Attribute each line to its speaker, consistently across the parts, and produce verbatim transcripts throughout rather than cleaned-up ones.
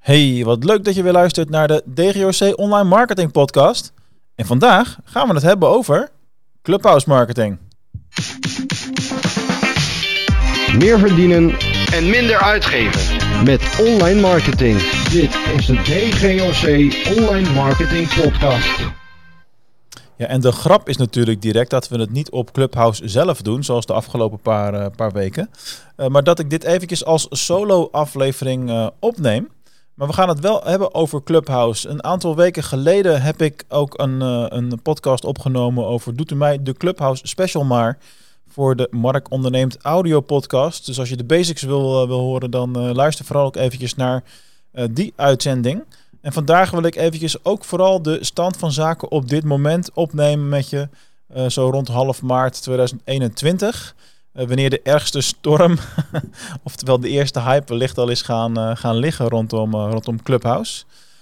Speaker 1: Hey, wat leuk dat je weer luistert naar de D G O C Online Marketing Podcast. En vandaag gaan we het hebben over Clubhouse marketing.
Speaker 2: Meer verdienen en minder uitgeven met online marketing.
Speaker 3: Dit is de D G O C Online Marketing Podcast.
Speaker 1: Ja, en de grap is natuurlijk direct dat we het niet op Clubhouse zelf doen, zoals de afgelopen paar, uh, paar weken. Uh, maar dat ik dit eventjes als solo aflevering uh, opneem. Maar we gaan het wel hebben over Clubhouse. Een aantal weken geleden heb ik ook een, uh, een podcast opgenomen over Doet u mij de Clubhouse special maar voor de Mark Onderneemt audio podcast. Dus als je de basics wil, uh, wil horen, dan uh, luister vooral ook eventjes naar uh, die uitzending. En vandaag wil ik eventjes ook vooral de stand van zaken op dit moment opnemen met je. Uh, zo rond half maart tweeduizend eenentwintig. Uh, wanneer de ergste storm, oftewel de eerste hype, wellicht al is gaan, uh, gaan liggen rondom, uh, rondom Clubhouse.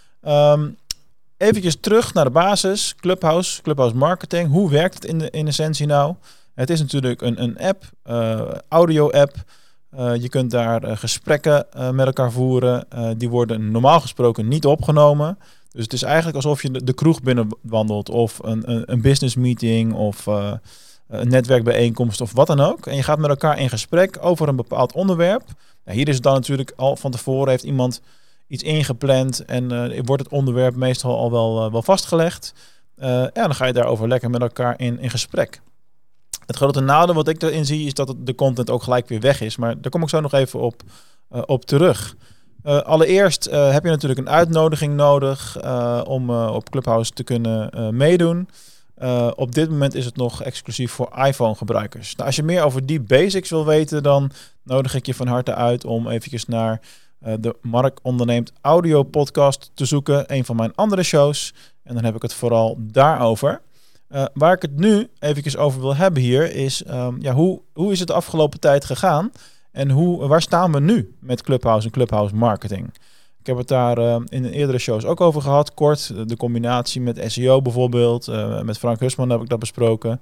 Speaker 1: Um, eventjes terug naar de basis. Clubhouse, Clubhouse marketing. Hoe werkt het in, de, in essentie nou? Het is natuurlijk een, een app, uh, audio-app. Uh, je kunt daar uh, gesprekken uh, met elkaar voeren. Uh, die worden normaal gesproken niet opgenomen. Dus het is eigenlijk alsof je de, de kroeg binnenwandelt of een, een, een business meeting of uh, een netwerkbijeenkomst of wat dan ook. En je gaat met elkaar in gesprek over een bepaald onderwerp. Nou, hier is het dan natuurlijk al van tevoren heeft iemand iets ingepland en uh, wordt het onderwerp meestal al wel, uh, wel vastgelegd. Uh, en dan ga je daarover lekker met elkaar in, in gesprek. Het grote nadeel wat ik erin zie is dat het, de content ook gelijk weer weg is. Maar daar kom ik zo nog even op, uh, op terug. Uh, allereerst uh, heb je natuurlijk een uitnodiging nodig uh, om uh, op Clubhouse te kunnen uh, meedoen. Uh, op dit moment is het nog exclusief voor iPhone gebruikers. Nou, als je meer over die basics wil weten, dan nodig ik je van harte uit om eventjes naar uh, de Mark Onderneemt audio podcast te zoeken. Een van mijn andere shows. En dan heb ik het vooral daarover. Uh, waar ik het nu eventjes over wil hebben hier is, um, ja, hoe, hoe is het de afgelopen tijd gegaan? En hoe, waar staan we nu met Clubhouse en Clubhouse marketing? Ik heb het daar uh, in de eerdere shows ook over gehad, kort. De combinatie met S E O bijvoorbeeld. Uh, met Frank Husman heb ik dat besproken.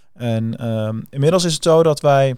Speaker 1: En um, inmiddels is het zo dat wij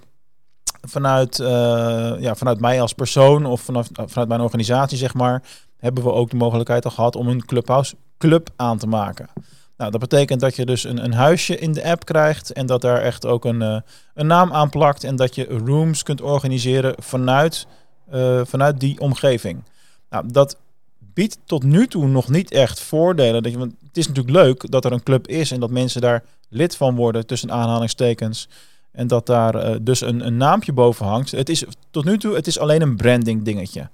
Speaker 1: vanuit, uh, ja, vanuit mij als persoon of vanaf, vanuit mijn organisatie, zeg maar, hebben we ook de mogelijkheid al gehad om een Clubhouse club aan te maken. Nou, dat betekent dat je dus een, een huisje in de app krijgt en dat daar echt ook een, uh, een naam aan plakt en dat je rooms kunt organiseren vanuit, uh, vanuit die omgeving. Nou, dat biedt tot nu toe nog niet echt voordelen. Dat je, want het is natuurlijk leuk dat er een club is en dat mensen daar lid van worden tussen aanhalingstekens en dat daar uh, dus een, een naampje boven hangt. Het is tot nu toe het is alleen een branding dingetje.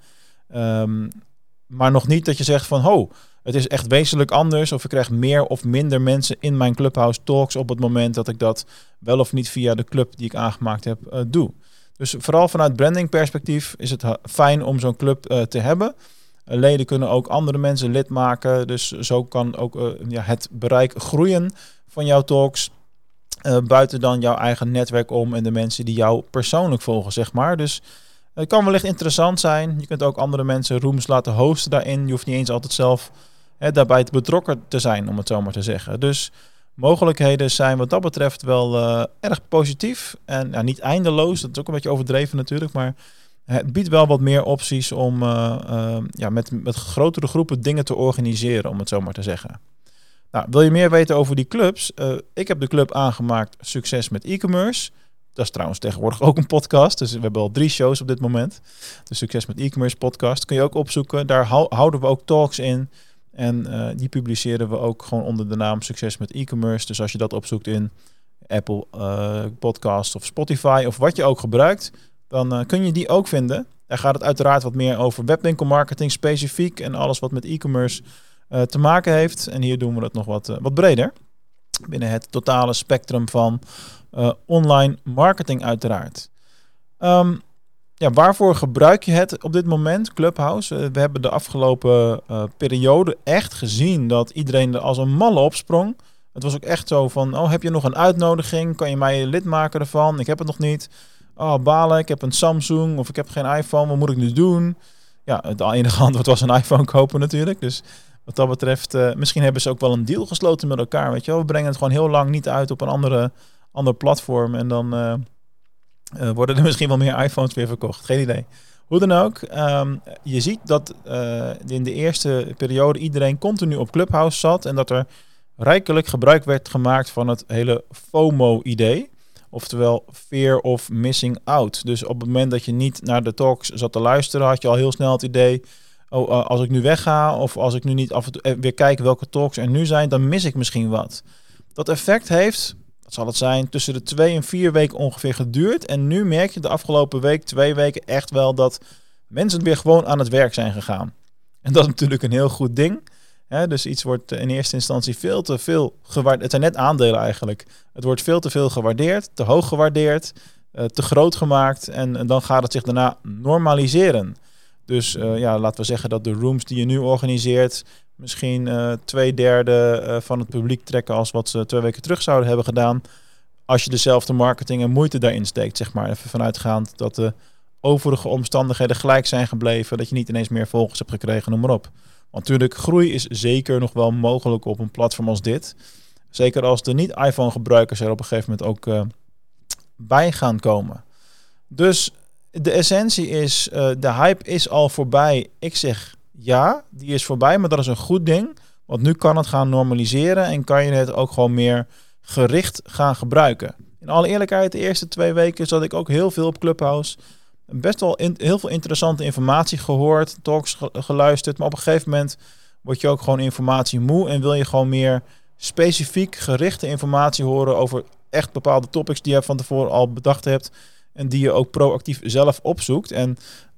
Speaker 1: Um, maar nog niet dat je zegt van ho, het is echt wezenlijk anders of ik krijg meer of minder mensen in mijn Clubhouse Talks op het moment dat ik dat wel of niet via de club die ik aangemaakt heb uh, doe. Dus vooral vanuit branding perspectief is het fijn om zo'n club uh, te hebben. Uh, leden kunnen ook andere mensen lid maken, dus zo kan ook uh, ja, het bereik groeien van jouw talks. Uh, buiten dan jouw eigen netwerk om en de mensen die jou persoonlijk volgen, zeg maar. Dus het kan wellicht interessant zijn. Je kunt ook andere mensen rooms laten hosten daarin. Je hoeft niet eens altijd zelf hè, daarbij te betrokken te zijn, om het zo maar te zeggen. Dus mogelijkheden zijn wat dat betreft wel uh, erg positief. En ja, niet eindeloos, dat is ook een beetje overdreven natuurlijk. Maar het biedt wel wat meer opties om uh, uh, ja, met, met grotere groepen dingen te organiseren, om het zo maar te zeggen. Nou, wil je meer weten over die clubs? Uh, ik heb de club aangemaakt Succes met e-commerce. Dat is trouwens tegenwoordig ook een podcast. Dus we hebben al drie shows op dit moment. De Succes met e-commerce podcast kun je ook opzoeken. Daar hou, houden we ook talks in. En uh, die publiceren we ook gewoon onder de naam Succes met e-commerce. Dus als je dat opzoekt in Apple uh, Podcast of Spotify of wat je ook gebruikt, dan uh, kun je die ook vinden. Daar gaat het uiteraard wat meer over webwinkelmarketing specifiek en alles wat met e-commerce uh, te maken heeft. En hier doen we dat nog wat, uh, wat breder. Binnen het totale spectrum van uh, online marketing uiteraard. Um, ja, waarvoor gebruik je het op dit moment, Clubhouse? Uh, we hebben de afgelopen uh, periode echt gezien dat iedereen er als een malle opsprong. Het was ook echt zo van, oh, heb je nog een uitnodiging? Kan je mij lid maken ervan? Ik heb het nog niet. Oh, balen, ik heb een Samsung of ik heb geen iPhone. Wat moet ik nu doen? Ja, het enige antwoord was een iPhone kopen natuurlijk. Dus wat dat betreft, uh, misschien hebben ze ook wel een deal gesloten met elkaar. Weet je wel? We brengen het gewoon heel lang niet uit op een andere, andere platform. En dan uh, uh, worden er misschien wel meer iPhones weer verkocht. Geen idee. Hoe dan ook, um, je ziet dat uh, in de eerste periode iedereen continu op Clubhouse zat en dat er rijkelijk gebruik werd gemaakt van het hele FOMO-idee. Oftewel fear of missing out. Dus op het moment dat je niet naar de talks zat te luisteren, had je al heel snel het idee, oh, uh, als ik nu wegga of als ik nu niet af en toe weer kijk welke talks er nu zijn, dan mis ik misschien wat. Dat effect heeft, wat zal het zijn, tussen de twee en vier weken ongeveer geduurd. En nu merk je de afgelopen week, twee weken echt wel dat mensen weer gewoon aan het werk zijn gegaan. En dat is natuurlijk een heel goed ding. He, dus iets wordt in eerste instantie veel te veel gewaardeerd. Het zijn net aandelen eigenlijk. Het wordt veel te veel gewaardeerd, te hoog gewaardeerd, uh, te groot gemaakt. En, en dan gaat het zich daarna normaliseren. Dus uh, ja, laten we zeggen dat de rooms die je nu organiseert misschien uh, twee derde uh, van het publiek trekken als wat ze twee weken terug zouden hebben gedaan. Als je dezelfde marketing en moeite daarin steekt, zeg maar. Even vanuitgaand dat de overige omstandigheden gelijk zijn gebleven. Dat je niet ineens meer volgers hebt gekregen, noem maar op. Want natuurlijk, groei is zeker nog wel mogelijk op een platform als dit. Zeker als de niet-iPhone-gebruikers er op een gegeven moment ook uh, bij gaan komen. Dus de essentie is, uh, de hype is al voorbij. Ik zeg ja, die is voorbij, maar dat is een goed ding. Want nu kan het gaan normaliseren en kan je het ook gewoon meer gericht gaan gebruiken. In alle eerlijkheid, de eerste twee weken zat ik ook heel veel op Clubhouse. Best wel in, heel veel interessante informatie gehoord, talks geluisterd. Maar op een gegeven moment word je ook gewoon informatie moe en wil je gewoon meer specifiek gerichte informatie horen over echt bepaalde topics die je van tevoren al bedacht hebt en die je ook proactief zelf opzoekt. En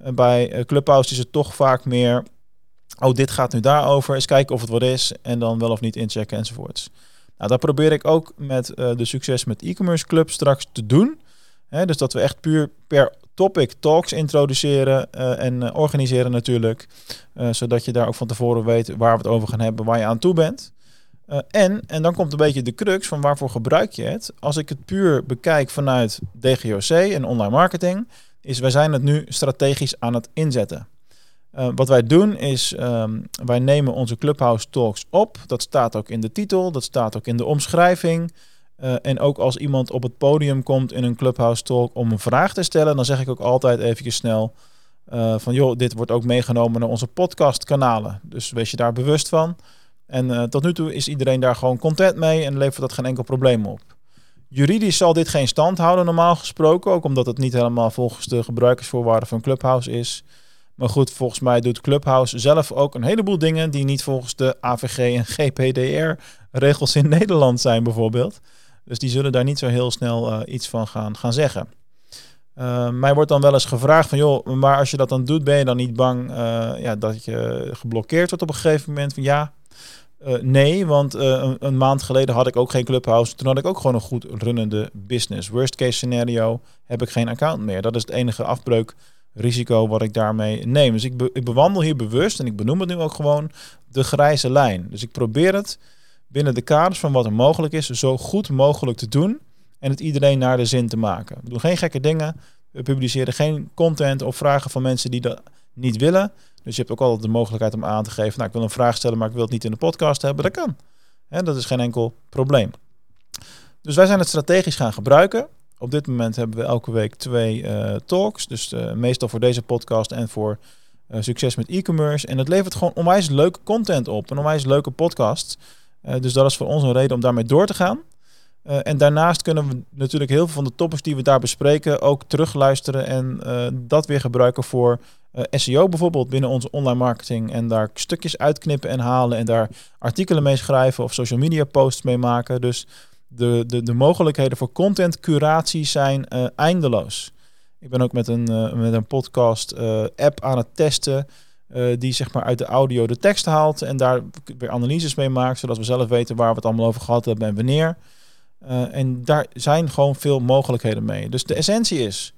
Speaker 1: bij Clubhouse is het toch vaak meer, oh, dit gaat nu daarover, eens kijken of het wat is en dan wel of niet inchecken enzovoorts. Nou, dat probeer ik ook met uh, de Succes met e-commerce club straks te doen. He, dus dat we echt puur per topic talks introduceren uh, en uh, organiseren natuurlijk. Uh, zodat je daar ook van tevoren weet waar we het over gaan hebben, waar je aan toe bent. Uh, en, en dan komt een beetje de crux van waarvoor gebruik je het. Als ik het puur bekijk vanuit D G O C en online marketing, is wij zijn het nu strategisch aan het inzetten. Uh, wat wij doen is, um, wij nemen onze Clubhouse Talks op. Dat staat ook in de titel, dat staat ook in de omschrijving. Uh, en ook als iemand op het podium komt in een Clubhouse Talk om een vraag te stellen, dan zeg ik ook altijd eventjes snel uh, van joh, dit wordt ook meegenomen naar onze podcastkanalen. Dus wees je daar bewust van. En uh, tot nu toe is iedereen daar gewoon content mee en levert dat geen enkel probleem op. Juridisch zal dit geen stand houden normaal gesproken, ook omdat het niet helemaal volgens de gebruikersvoorwaarden van Clubhouse is. Maar goed, volgens mij doet Clubhouse zelf ook een heleboel dingen die niet volgens de A V G en G P D R-regels in Nederland zijn bijvoorbeeld. Dus die zullen daar niet zo heel snel uh, iets van gaan, gaan zeggen. Uh, mij wordt dan wel eens gevraagd van joh, maar als je dat dan doet, ben je dan niet bang uh, ja, dat je geblokkeerd wordt op een gegeven moment? Van, ja, uh, nee, want uh, een, een maand geleden had ik ook geen Clubhouse. Toen had ik ook gewoon een goed runnende business. Worst case scenario heb ik geen account meer. Dat is het enige afbreukrisico wat ik daarmee neem. Dus ik, be- ik bewandel hier bewust en ik benoem het nu ook gewoon de grijze lijn. Dus ik probeer het binnen de kaders van wat er mogelijk is, zo goed mogelijk te doen en het iedereen naar de zin te maken. We doen geen gekke dingen, we publiceren geen content of vragen van mensen die dat niet willen. Dus je hebt ook altijd de mogelijkheid om aan te geven, nou ik wil een vraag stellen, maar ik wil het niet in de podcast hebben. Dat kan. He, dat is geen enkel probleem. Dus wij zijn het strategisch gaan gebruiken. Op dit moment hebben we elke week twee uh, talks, dus uh, meestal voor deze podcast en voor uh, Succes met e-commerce. En het levert gewoon onwijs leuke content op, een onwijs leuke podcast. Uh, dus dat is voor ons een reden om daarmee door te gaan. Uh, en daarnaast kunnen we natuurlijk heel veel van de topics die we daar bespreken ook terugluisteren en uh, dat weer gebruiken voor uh, S E O bijvoorbeeld binnen onze online marketing en daar stukjes uitknippen en halen en daar artikelen mee schrijven of social media posts mee maken. Dus de, de, de mogelijkheden voor content curatie zijn uh, eindeloos. Ik ben ook met een, uh, met een podcast uh, app aan het testen. Uh, die zeg maar uit de audio de tekst haalt en daar weer analyses mee maakt, zodat we zelf weten waar we het allemaal over gehad hebben en wanneer. Uh, en daar zijn gewoon veel mogelijkheden mee. Dus de essentie is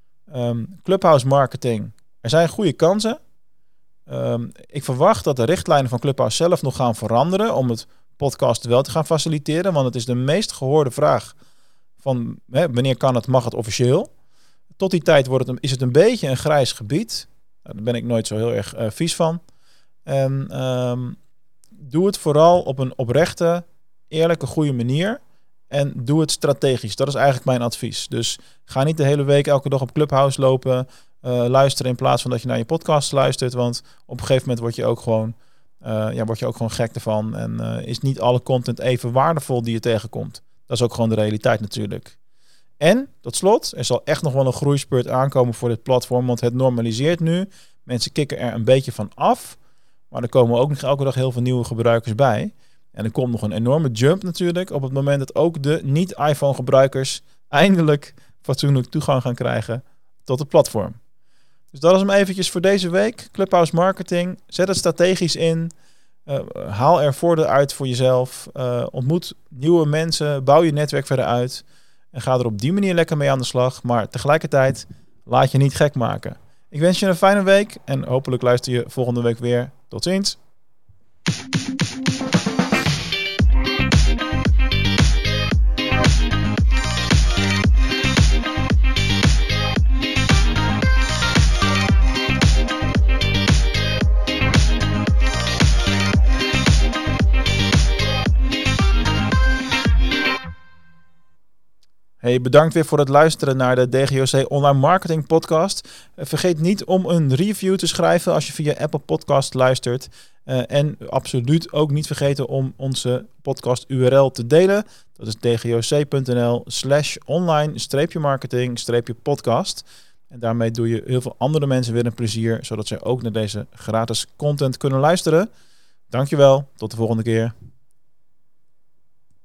Speaker 1: um, Clubhouse marketing. Er zijn goede kansen. Um, ik verwacht dat de richtlijnen van Clubhouse zelf nog gaan veranderen om het podcast wel te gaan faciliteren, want het is de meest gehoorde vraag van hè, wanneer kan het, mag het officieel. Tot die tijd wordt het een, is het een beetje een grijs gebied. Daar ben ik nooit zo heel erg uh, vies van. En um, doe het vooral op een oprechte, eerlijke, goede manier. En doe het strategisch. Dat is eigenlijk mijn advies. Dus ga niet de hele week elke dag op Clubhouse lopen. uh, luisteren in plaats van dat je naar je podcast luistert. Want op een gegeven moment word je ook gewoon, uh, ja, word je ook gewoon gek ervan. En uh, is niet alle content even waardevol die je tegenkomt. Dat is ook gewoon de realiteit natuurlijk. En, tot slot, er zal echt nog wel een groeispurt aankomen voor dit platform. Want het normaliseert nu. Mensen kicken er een beetje van af. Maar er komen ook nog elke dag heel veel nieuwe gebruikers bij. En er komt nog een enorme jump natuurlijk op het moment dat ook de niet-iPhone gebruikers eindelijk fatsoenlijk toegang gaan krijgen tot het platform. Dus dat is hem eventjes voor deze week. Clubhouse Marketing. Zet het strategisch in. Uh, haal er voordeel uit voor jezelf. Uh, ontmoet nieuwe mensen. Bouw je netwerk verder uit. En ga er op die manier lekker mee aan de slag. Maar tegelijkertijd laat je niet gek maken. Ik wens je een fijne week. En hopelijk luister je volgende week weer. Tot ziens. Hey, bedankt weer voor het luisteren naar de D G O C Online Marketing Podcast. Uh, vergeet niet om een review te schrijven als je via Apple Podcast luistert. Uh, en absoluut ook niet vergeten om onze podcast U R L te delen. Dat is dgoc.nl slash online streepje marketing streepje podcast. En daarmee doe je heel veel andere mensen weer een plezier, zodat zij ook naar deze gratis content kunnen luisteren. Dankjewel, tot de volgende keer.